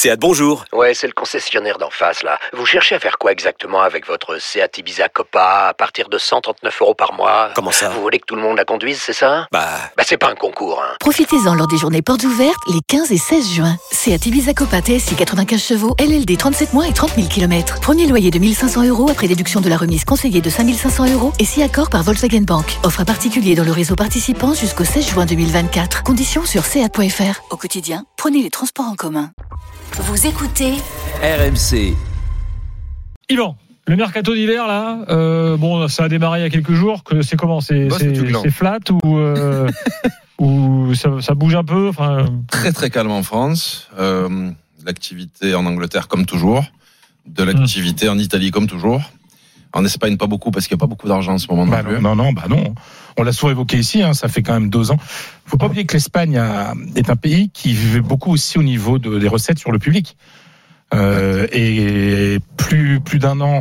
Seat, bonjour. Ouais, c'est le concessionnaire d'en face, là. Vous cherchez à faire quoi exactement avec votre Seat Ibiza Copa à partir de 139 € par mois? Comment ça? Vous voulez que tout le monde la conduise, c'est ça? Bah, c'est pas un concours, hein. Profitez-en lors des journées portes ouvertes les 15 et 16 juin. Seat Ibiza Copa TSI 95 chevaux, LLD 37 mois et 30 000 km. Premier loyer de 1 500 € après déduction de la remise conseillée de 5 500 € et si accord par Volkswagen Bank. Offre à particulier dans le réseau participant jusqu'au 16 juin 2024. Conditions sur seat.fr. Au quotidien, prenez les transports en commun. Vous écoutez RMC. Yvan, le mercato d'hiver là, bon, ça a démarré il y a quelques jours. Que c'est comment? C'est flat ou ça bouge un peu? Très très calme en France. L'activité en Angleterre comme toujours, de l'activité en Italie comme toujours. En Espagne pas beaucoup parce qu'il n'y a pas beaucoup d'argent en ce moment. Non. On l'a souvent évoqué ici, ça fait quand même 2 ans. Faut pas oublier que l'Espagne est un pays qui vit beaucoup aussi au niveau des recettes sur le public. Et plus d'un an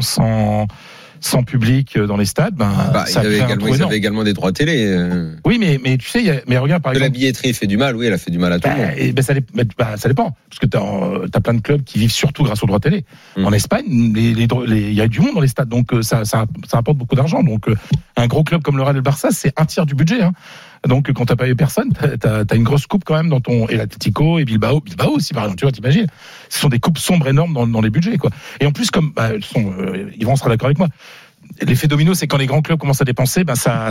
sans public dans les stades, ça ils avaient également des droits télé. Oui, mais tu sais, mais regarde par exemple. La billetterie fait du mal, oui, elle a fait du mal à tout le monde. Ça dépend, parce que t'as plein de clubs qui vivent surtout grâce aux droits télé. En Espagne, il y a du monde dans les stades, donc ça apporte beaucoup d'argent. Donc un gros club comme le Real et le Barça, c'est un tiers du budget. Donc quand t'as pas eu personne, t'as une grosse coupe quand même dans ton, et l'Atlético et Bilbao aussi par exemple, tu vois, t'imagines. Ce sont des coupes sombres énormes dans les budgets, quoi. Et en plus, comme Yvan sera d'accord avec moi, l'effet domino, c'est quand les grands clubs commencent à dépenser,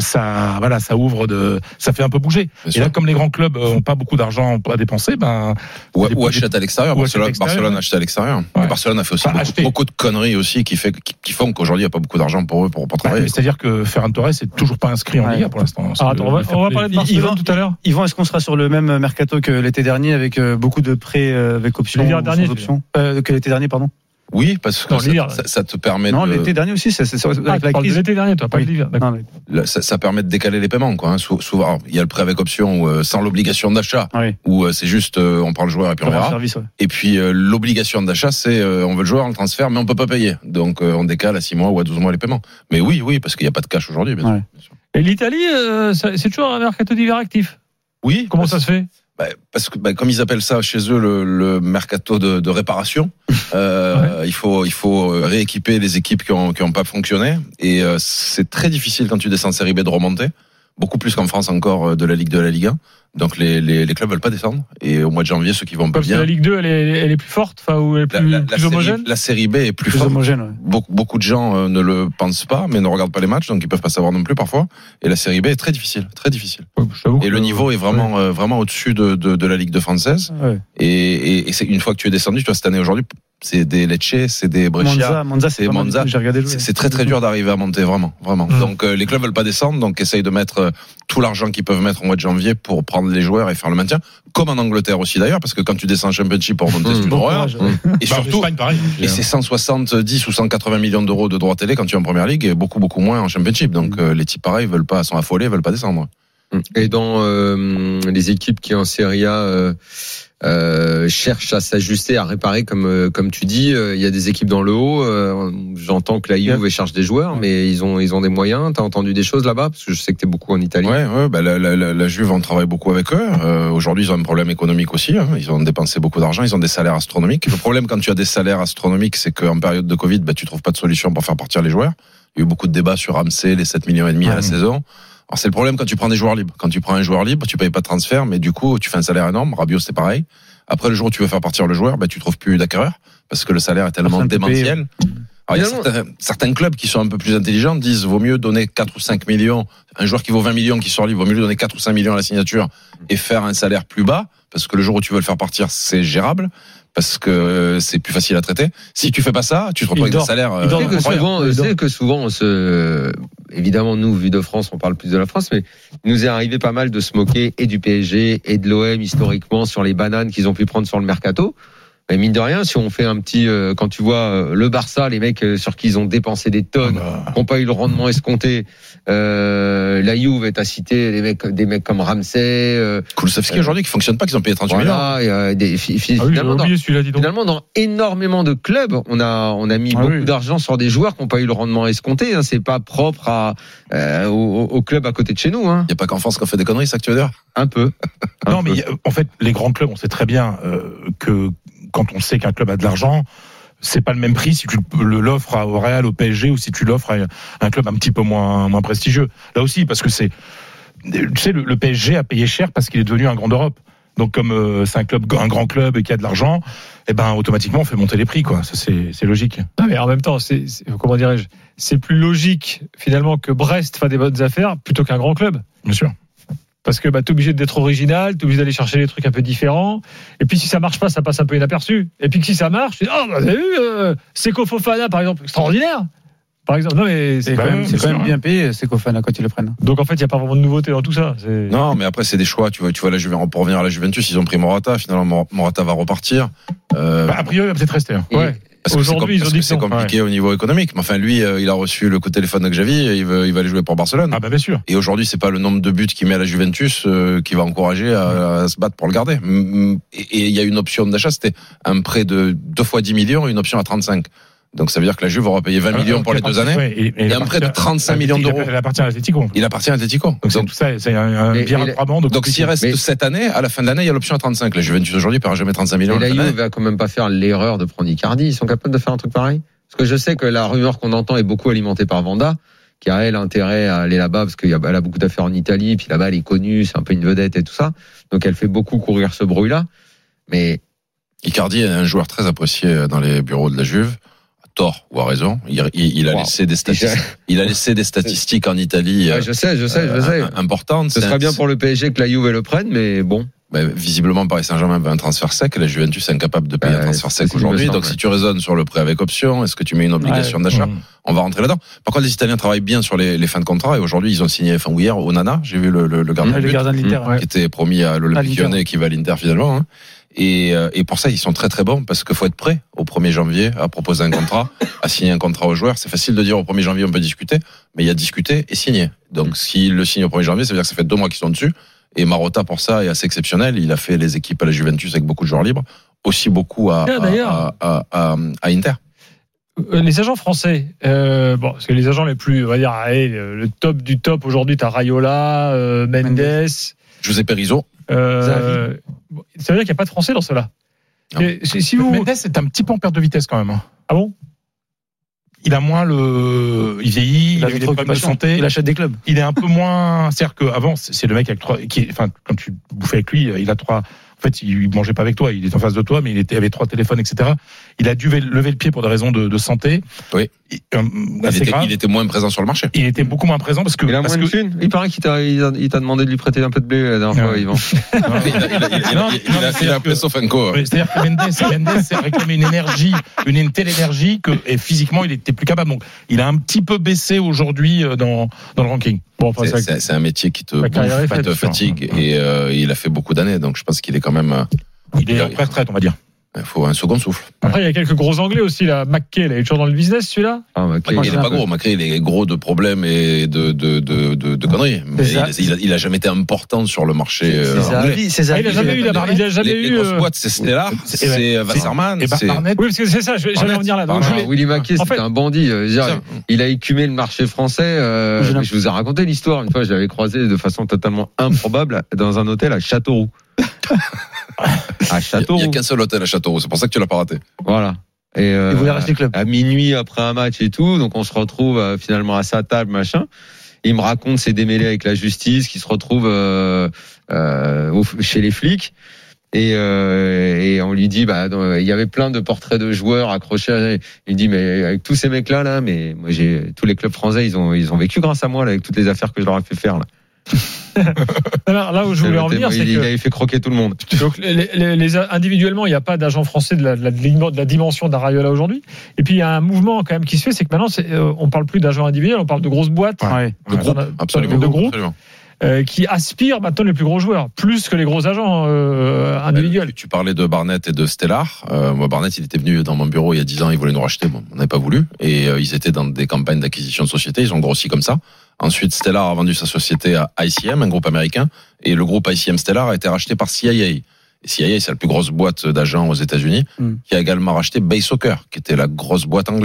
ça ouvre ça fait un peu bouger. Bien et sûr. Là, comme les grands clubs ont pas beaucoup d'argent à dépenser, ou achètent à l'extérieur. Barcelone achète à l'extérieur. Ouais. Barcelone a fait aussi beaucoup de conneries aussi qui font qu'aujourd'hui il n'y a pas beaucoup d'argent pour eux pour travailler. C'est-à-dire que Ferran Torres est toujours pas inscrit en Liga pour l'instant. On va parler de Barcelone tout à l'heure. Yvan, est-ce qu'on sera sur le même mercato que l'été dernier avec beaucoup de prêts avec option sans option que l'été dernier, pardon? Oui, parce que ça te permet l'été dernier aussi, c'est avec la crise. L'été dernier, toi, pas l'hiver. Ça permet de décaler les paiements, quoi. Souvent, il y a le prêt avec option sans l'obligation d'achat, où c'est juste on prend le joueur et puis on verra. Et puis l'obligation d'achat, c'est on veut le joueur, on le transfère, mais on peut pas payer. Donc on décale à 6 mois ou à 12 mois les paiements. Mais oui, parce qu'il n'y a pas de cash aujourd'hui, bien sûr. Et l'Italie, c'est toujours un mercato d'hiver actif. Oui. Comment ça se fait? Parce que comme ils appellent ça chez eux le mercato de réparation, il faut rééquiper les équipes qui ont pas fonctionné, et c'est très difficile quand tu descends en série B de remonter, beaucoup plus qu'en France encore de la Ligue 2 à la Ligue 1. Donc les clubs veulent pas descendre, et au mois de janvier ceux qui vont pas bien. Parce que la Ligue 2 elle est plus forte, ou elle est plus homogène. La série B est plus forte. Homogène, beaucoup de gens ne le pensent pas, mais ne regardent pas les matchs, donc ils peuvent pas savoir non plus parfois. Et la série B est très difficile, très difficile. Et le niveau est vraiment au-dessus de la Ligue 2 française. Ouais. Et c'est une fois que tu es descendu, tu vois, cette année aujourd'hui, c'est des Lecce, c'est des Brescia, Monza, c'est Monza. C'est très très dur d'arriver à monter, vraiment. Donc les clubs veulent pas descendre, donc essayent de mettre tout l'argent qu'ils peuvent mettre au mois de janvier pour prendre les joueurs et faire le maintien, comme en Angleterre aussi d'ailleurs, parce que quand tu descends en Championship pour remonter, c'est une horreur. Et surtout, pareil, et c'est 170 ou 180 millions d'euros de droits télé quand tu es en Première Ligue, et beaucoup moins en Championship. Donc les types pareils sont affolés, veulent pas descendre. Et dans les équipes qui en Serie A cherchent à s'ajuster, à réparer, comme tu dis, il y a des équipes dans le haut. J'entends que la Juve cherche des joueurs, mais ils ont des moyens. T'as entendu des choses là-bas, parce que je sais que t'es beaucoup en Italie. La Juve, on travaille beaucoup avec eux. Aujourd'hui, ils ont un problème économique aussi. Ils ont dépensé beaucoup d'argent. Ils ont des salaires astronomiques. Le problème quand tu as des salaires astronomiques, c'est qu'en période de Covid, tu trouves pas de solution pour faire partir les joueurs. Il y a eu beaucoup de débats sur Ramsey, les 7,5 millions à la saison. Alors c'est le problème quand tu prends des joueurs libres. Quand tu prends un joueur libre, tu payes pas de transfert, mais du coup, tu fais un salaire énorme. Rabiot, c'est pareil. Après, le jour où tu veux faire partir le joueur, tu trouves plus d'acquéreurs, parce que le salaire est tellement démentiel. Alors, il y a certains clubs qui sont un peu plus intelligents, disent, vaut mieux donner 4 ou 5 millions. Un joueur qui vaut 20 millions, qui sort libre, vaut mieux lui donner 4 ou 5 millions à la signature et faire un salaire plus bas, parce que le jour où tu veux le faire partir, c'est gérable. Parce que c'est plus facile à traiter. Si tu fais pas ça, tu te retrouves avec des salaires. Souvent, évidemment, nous, vu de France, on parle plus de la France, mais il nous est arrivé pas mal de se moquer et du PSG et de l'OM historiquement sur les bananes qu'ils ont pu prendre sur le mercato. Mais mine de rien, si on fait un petit, quand tu vois le Barça, les mecs sur qui ils ont dépensé des tonnes, qui n'ont pas eu le rendement escompté, la Juve est à citer des mecs comme Ramsey, Kulusevski aujourd'hui qui fonctionne pas, qu'ils ont payé 38 millions. Finalement, dans énormément de clubs, on a mis beaucoup d'argent sur des joueurs qui n'ont pas eu le rendement escompté. C'est pas propre au club à côté de chez nous. Il n'y a pas qu'en France qu'on fait des conneries, ça que tu veux dire ? Un peu. Mais en fait, les grands clubs, on sait très bien que quand on sait qu'un club a de l'argent, c'est pas le même prix si tu l'offres au Real, au PSG, ou si tu l'offres à un club un petit peu moins prestigieux. Là aussi, parce que tu sais, le PSG a payé cher parce qu'il est devenu un grand d'Europe. Donc comme c'est un grand club et qu'il y a de l'argent, automatiquement on fait monter les prix, quoi. Ça c'est logique. Non, mais en même temps, comment dirais-je, c'est plus logique finalement que Brest fasse des bonnes affaires plutôt qu'un grand club. Bien sûr. Parce que t'es obligé d'être original, t'es obligé d'aller chercher des trucs un peu différents. Et puis si ça marche pas, ça passe un peu inaperçu. Et puis que si ça marche, vous avez vu Seko Fofana par exemple, extraordinaire. Par exemple, non mais c'est quand même bien payé, Seko Fofana, quand ils le prennent. Donc en fait, il n'y a pas vraiment de nouveauté dans tout ça. Non, mais après c'est des choix. Tu vois pour revenir à la Juventus, ils ont pris Morata. Finalement, Morata va repartir. A priori, il va peut-être rester. Ouais. Parce aujourd'hui, ils ont dit que c'est compliqué au niveau économique. Mais enfin, lui, il a reçu le coup de téléphone de Xavi. Il va aller jouer pour Barcelone. Ah bah bien sûr. Et aujourd'hui, c'est pas le nombre de buts qu'il met à la Juventus qui va encourager à se battre pour le garder. Et il y a une option d'achat, c'était un prêt de 2 fois 10 millions, et une option à 35. Donc ça veut dire que la Juve aura payé 20 millions pour les 2 années. Et un prêt de 35 millions d'euros. Il appartient à l'Atlético. Il appartient à l'Atlético. Donc tout ça, c'est un virage vraiment. Donc s'il reste cette année, à la fin de l'année, il y a l'option à 35. La Juventus aujourd'hui ne paiera jamais 35 millions. Et la Juve va quand même pas faire l'erreur de prendre Icardi. Ils sont capables de faire un truc pareil? Parce que je sais que la rumeur qu'on entend est beaucoup alimentée par Vanda, qui a elle intérêt à aller là-bas parce qu'elle a beaucoup d'affaires en Italie, puis là-bas elle est connue, c'est un peu une vedette et tout ça. Donc elle fait beaucoup courir ce bruit-là. Mais Icardi est un joueur très apprécié dans les bureaux de la Juve. Tort ou à raison. Il a laissé des statistiques. Il a laissé des statistiques en Italie. Ouais, je sais. Importantes. Ce serait bien pour le PSG que la Juve le prenne, mais bon. Visiblement, Paris Saint-Germain veut un transfert sec. La Juventus est incapable de payer un transfert sec aujourd'hui. Donc, si tu raisonnes sur le prêt avec option, est-ce que tu mets une obligation d'achat? On va rentrer là-dedans. Par contre, les Italiens travaillent bien sur les fins de contrat. Et aujourd'hui, ils ont signé, hier, Onana. J'ai vu le gardien de l'Inter, qui était promis à l'Olympique Lyonnais, qui va à l'Inter finalement. Hein. Et pour ça, ils sont très très bons parce qu'il faut être prêt au 1er janvier à proposer un contrat, à signer un contrat aux joueurs. C'est facile de dire au 1er janvier on peut discuter, mais il y a discuter et signer. Donc s'ils le signent au 1er janvier, ça veut dire que ça fait 2 mois qu'ils sont dessus. Et Marotta pour ça est assez exceptionnel. Il a fait les équipes à la Juventus avec beaucoup de joueurs libres, aussi beaucoup à Inter. Les agents français, parce que les agents les plus, on va dire, le top du top aujourd'hui, t'as Raiola, Mendes, Giuseppe Rizzo. Ça veut dire qu'il n'y a pas de Français dans cela. Mendes est un petit peu en perte de vitesse quand même. Ah bon? Il a moins il vieillit, il a eu des problèmes de santé. Il achète des clubs. Il est un peu moins, c'est-à-dire qu'avant, c'est le mec avec quand tu bouffais avec lui, il a 3. En fait, il mangeait pas avec toi, il était en face de toi, mais il avait 3 téléphones, etc. Il a dû lever le pied pour des raisons de santé. Oui. Il était moins présent sur le marché. Il était beaucoup moins présent parce que. Il a moins de thunes. Il paraît qu'il t'a demandé de lui prêter un peu de blé la dernière fois, Yvan. Il a appelé Sofinko. C'est-à-dire que Mendes s'est réclamé une telle énergie et physiquement il était plus capable. Donc il a un petit peu baissé aujourd'hui dans le ranking. Bon, c'est un métier qui te fatigue et il a fait beaucoup d'années, donc je pense qu'il est quand même. Il est en retraite, on va dire. Il faut un second souffle. Après, il y a quelques gros Anglais aussi, là. McKay, il est toujours dans le business, celui-là. Il n'est pas gros. McKay, il est gros de problèmes et de conneries. Mais il a jamais été important sur le marché anglais. Il a jamais eu. Les grosses boîtes, c'est Stellar, c'est Wasserman, c'est Barnett. Oui, parce que c'est ça, j'allais revenir là. Willy McKay, c'était un bandit. Il a écumé le marché français. Je vous ai raconté l'histoire. Une fois, je l'avais croisé de façon totalement improbable dans un hôtel à Châteauroux. À Châteauroux. Il n'y a qu'un seul hôtel à Châteauroux, c'est pour ça que tu l'as pas raté. Voilà. Et il voulait racheter le club. À minuit après un match et tout, donc on se retrouve finalement à sa table, machin. Il me raconte ses démêlés avec la justice, qui se retrouve chez les flics. Et on lui dit, il y avait plein de portraits de joueurs accrochés. Il dit, mais avec tous ces mecs-là, là, mais moi tous les clubs français, ils ont vécu grâce à moi, là, avec toutes les affaires que je leur ai fait faire, là. Alors, là où je voulais en venir, c'est qu'il avait fait croquer tout le monde. Donc, individuellement, il n'y a pas d'agent français de la dimension d'un Raiola aujourd'hui. Et puis, il y a un mouvement quand même qui se fait, c'est que maintenant, on parle plus d'agents individuels, on parle de grosses boîtes, de groupes, absolument, de groupes. Qui aspirent maintenant les plus gros joueurs, plus que les gros agents individuels. Tu parlais de Barnett et de Stellar. Moi, Barnett, il était venu dans mon bureau il y a 10 ans, il voulait nous racheter. Bon, on n'avait pas voulu. Et ils étaient dans des campagnes d'acquisition de sociétés. Ils ont grossi comme ça. Ensuite, Stellar a vendu sa société à ICM, un groupe américain. Et le groupe ICM Stellar a été racheté par CIA. Et CIA, c'est la plus grosse boîte d'agents aux États-Unis, qui a également racheté Bay Soccer, qui était la grosse boîte anglaise.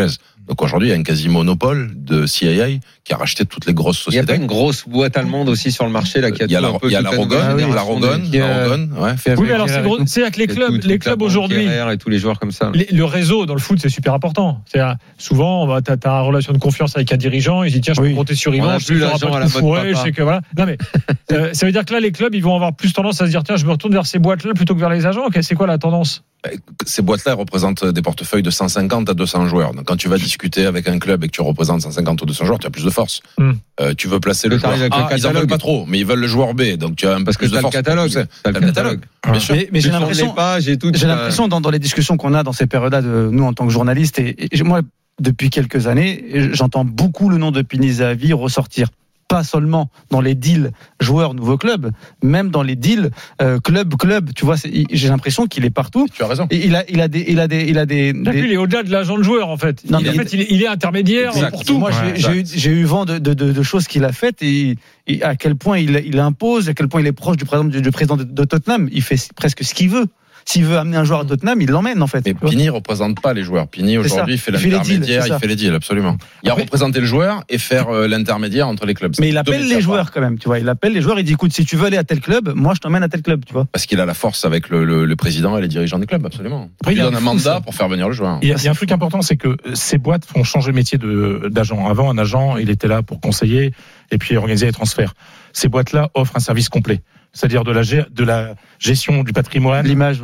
Donc aujourd'hui, il y a un quasi-monopole de CIA qui a racheté toutes les grosses sociétés. Il y a pas une grosse boîte allemande aussi sur le marché là qui a il y a la Rogon. Oui, mais alors c'est avec les clubs aujourd'hui. Et tous les joueurs comme ça. Le réseau dans le foot, c'est super important. C'est souvent, tu as une relation de confiance avec un dirigeant. Il dit tiens, je peux compter sur Yvan. Je sais qu'il n'y aura pas de coup fourré. Je sais que voilà. Non mais ça veut dire que là, les clubs, ils vont avoir plus tendance à se dire tiens, je me retourne vers ces boîtes-là plutôt que vers les agents. Okay, c'est quoi la tendance? Ces boîtes-là représentent des portefeuilles de 150 à 200 joueurs. Donc, quand tu vas discuter avec un club et que tu représentes 150 ou 200 joueurs, tu as plus de force. Tu veux placer le joueur A, ils en veulent pas trop, mais ils veulent le joueur B. Donc, tu as un peu plus de force. T'as le catalogue. Bien sûr. Mais j'ai l'impression dans les discussions qu'on a dans ces périodes-là, nous en tant que journalistes, et moi, depuis quelques années, j'entends beaucoup le nom de Pini Zahavi ressortir. Pas seulement dans les deals joueurs nouveaux clubs, même dans les deals club. Tu vois, j'ai l'impression qu'il est partout. Tu as raison. Et il a des. Il est au-delà de l'agent de joueur en fait. Non, il est intermédiaire pour tout. Moi, j'ai eu vent de choses qu'il a faites et à quel point il impose, à quel point il est proche du président de Tottenham. Il fait presque ce qu'il veut. S'il veut amener un joueur à Tottenham, il l'emmène en fait. Mais Pini représente pas les joueurs. Pini aujourd'hui fait l'intermédiaire, il fait les deals, absolument. Il a représenté le joueur et faire l'intermédiaire entre les clubs. Mais il appelle les joueurs quand même, tu vois. Il appelle les joueurs, il dit écoute, si tu veux aller à tel club, moi je t'emmène à tel club, tu vois. Parce qu'il a la force avec le président et les dirigeants des clubs, absolument. Après, il donne un mandat pour faire venir le joueur. Il y a un truc important, c'est que ces boîtes font changer le métier d'agent. Avant, un agent, il était là pour conseiller et puis organiser les transferts. Ces boîtes-là offrent un service complet. C'est-à-dire de la gestion du patrimoine, l'image,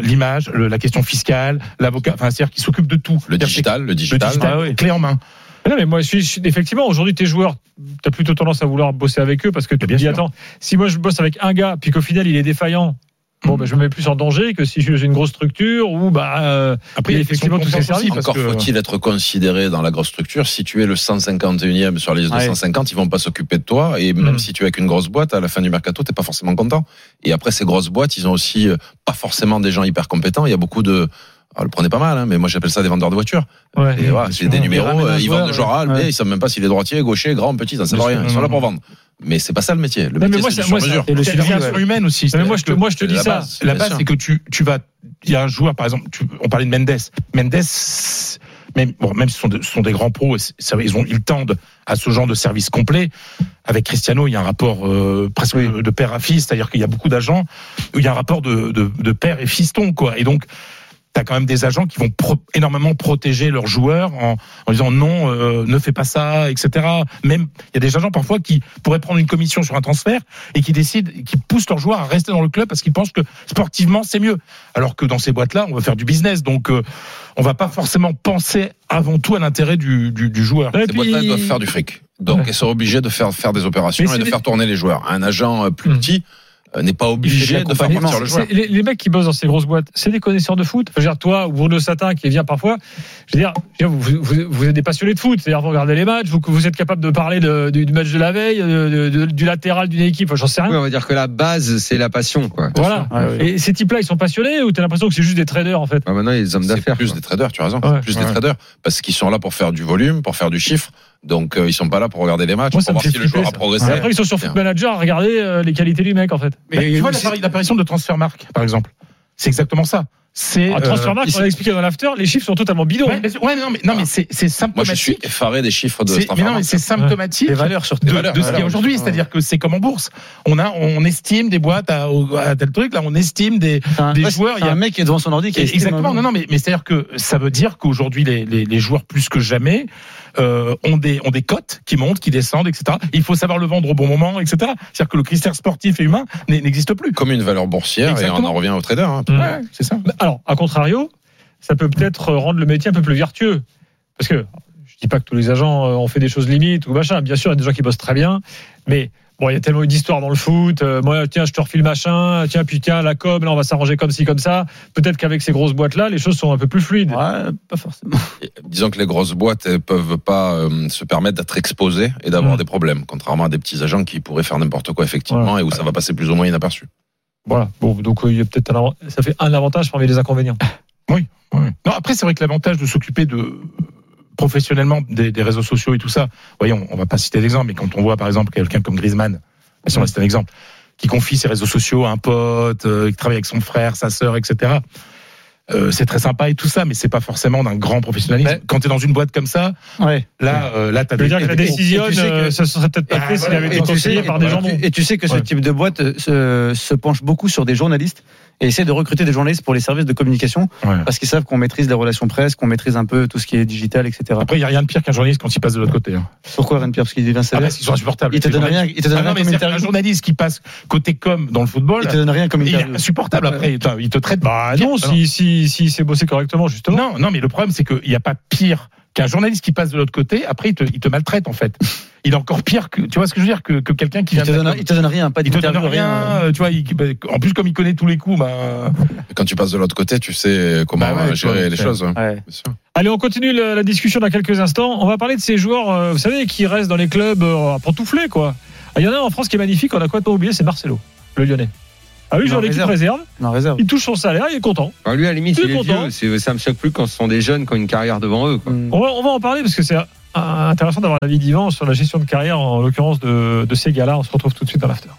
la question fiscale, l'avocat, c'est-à-dire qu'il s'occupe de tout. Le digital, clé en main. Non, mais moi, effectivement, aujourd'hui, tes joueurs, t'as plutôt tendance à vouloir bosser avec eux parce que tu te dis, attends, si moi je bosse avec un gars, puis qu'au final il est défaillant, je me mets plus en danger que si j'ai une grosse structure ou après effectivement tous ces services. Encore faut-il être considéré dans la grosse structure. Si tu es le 151e sur les 250, ils vont pas s'occuper de toi. Et même si tu es avec une grosse boîte, à la fin du mercato, t'es pas forcément content. Et après ces grosses boîtes, ils ont aussi pas forcément des gens hyper compétents. Il y a beaucoup de le prenez pas mal, mais moi j'appelle ça des vendeurs de voitures. Et voilà, c'est des numéros, ils vendent le joueur A, mais ils savent même pas s'il est droitier, gaucher, grand, petit, ça ne sert à rien. Ils sont là pour vendre. Mais c'est pas ça le métier. Le métier, c'est sur mesure. Et le situation humaine aussi. Mais moi, je te dis ça. La base, c'est que tu vas. Il y a un joueur, par exemple. On parlait de Mendes. Mendes, même si ce sont des grands pros, ils tendent à ce genre de service complet. Avec Cristiano, il y a un rapport presque de père à fils, c'est-à-dire qu'il y a beaucoup d'agents où il y a un rapport de père et fiston, quoi. Et donc, t'as quand même des agents qui vont énormément protéger leurs joueurs en disant non, ne fais pas ça, etc. Même il y a des agents parfois qui pourraient prendre une commission sur un transfert et qui poussent leurs joueurs à rester dans le club parce qu'ils pensent que sportivement c'est mieux. Alors que dans ces boîtes-là, on va faire du business, donc on va pas forcément penser avant tout à l'intérêt du joueur. Ces boîtes-là doivent faire du fric, donc elles sont obligées de faire des opérations et de faire tourner les joueurs. Un agent plus petit n'est pas obligé de faire partir le joueur. Les mecs qui bossent dans ces grosses boîtes, c'est des connaisseurs de foot. Enfin, je veux dire, toi ou Bruno Satin qui vient parfois, je veux dire vous êtes des passionnés de foot, c'est-à-dire vous regardez les matchs, vous êtes capable de parler du match de la veille, du latéral d'une équipe, enfin, j'en sais rien. Oui, on va dire que la base, c'est la passion, quoi. Voilà. Et ces types-là, ils sont passionnés ou t'as l'impression que c'est juste des traders, en fait? Maintenant, les hommes d'affaires. Plus des traders, tu as raison. Plus des traders. Parce qu'ils sont là pour faire du volume, pour faire du chiffre. Donc ils sont pas là pour regarder les matchs, pour voir si le joueur a progressé. Après ils sont sur Foot Manager à regarder les qualités du mec en fait. Mais tu vois l'apparition de Transfermarkt par exemple, c'est exactement ça. C'est Transfermarkt, on l'a expliqué dans l'after, les chiffres sont totalement bidons. Mais c'est symptomatique. Moi je suis effaré des chiffres de Transfermarkt. Mais non, mais c'est symptomatique des valeurs surtout de ce qu'il y a aujourd'hui, c'est-à-dire que c'est comme en bourse. On estime des boîtes à tel truc, là on estime des joueurs, il y a un mec qui est devant son ordi qui est exactement. Non mais c'est-à-dire que ça veut dire qu'aujourd'hui les joueurs plus que jamais ont des cotes qui montent, qui descendent, etc. Il faut savoir le vendre au bon moment, etc. C'est-à-dire que le critère sportif et humain n'existe plus. Comme une valeur boursière. Exactement. Et on en revient au trader. Ouais, c'est ça. Alors, à contrario, ça peut peut-être rendre le métier un peu plus vertueux. Parce que je dis pas que tous les agents ont fait des choses limites ou machin. Bien sûr, il y a des gens qui bossent très bien, mais bon, il y a tellement eu d'histoires dans le foot. Moi, tiens, je te refile machin. Tiens, la com, là, on va s'arranger comme ci, comme ça. Peut-être qu'avec ces grosses boîtes-là, les choses sont un peu plus fluides. Ouais, pas forcément. Disons que les grosses boîtes elles peuvent pas se permettre d'être exposées et d'avoir des problèmes, contrairement à des petits agents qui pourraient faire n'importe quoi effectivement et où ça va passer plus ou moins inaperçu. Voilà. Bon, donc il y a peut-être ça fait un avantage parmi les inconvénients. Oui. Non, après c'est vrai que l'avantage de s'occuper professionnellement des réseaux sociaux et tout ça. Voyons, on va pas citer d'exemple, mais quand on voit par exemple quelqu'un comme Griezmann, si on va citer un exemple, qui confie ses réseaux sociaux à un pote, qui travaille avec son frère, sa sœur, etc. c'est très sympa et tout ça, mais c'est pas forcément d'un grand professionnalisme. Mais... Quand t'es dans une boîte comme ça, là, t'as Je veux dire que la décision, ça serait peut-être pas fait s'il avait été conseillé par des gens bons. Et tu sais que ce type de boîte se penche beaucoup sur des journalistes et essaie de recruter des journalistes pour les services de communication parce qu'ils savent qu'on maîtrise les relations presse, qu'on maîtrise un peu tout ce qui est digital, etc. Après, il y a rien de pire qu'un journaliste quand il passe de l'autre côté. Pourquoi rien de pire? Parce qu'il devient sévère. Parce qu'ils sont insupportables. Il te donne rien. Il te donne rien comme interview. Un journaliste qui passe côté com dans le football, il te donne rien comme interview. Il est insupportable. Après, il te traite. Bah non, si c'est bossé correctement, justement. Non, mais le problème, c'est qu'il n'y a pas pire qu'un journaliste qui passe de l'autre côté. Après, il te maltraite, en fait. Il est encore pire que, tu vois ce que je veux dire, que quelqu'un qui vient. Il te donne rien, pas d'interview, rien. Tu vois, en plus, comme il connaît tous les coups, Quand tu passes de l'autre côté, tu sais comment gérer les choses. Ouais. Bien sûr. Allez, on continue la discussion dans quelques instants. On va parler de ces joueurs, vous savez, qui restent dans les clubs pantouflés, quoi. Il y en a un en France qui est magnifique, on a complètement oublié, c'est Marcelo, le Lyonnais. Ah oui, joueur d'équipe réserve. Il touche son salaire, il est content. Alors lui, à la limite, il est vieux. Ça me choque plus quand ce sont des jeunes qui ont une carrière devant eux, quoi. On va en parler parce que c'est intéressant d'avoir l'avis d'Yvan sur la gestion de carrière, en l'occurrence de ces gars-là. On se retrouve tout de suite dans l'after.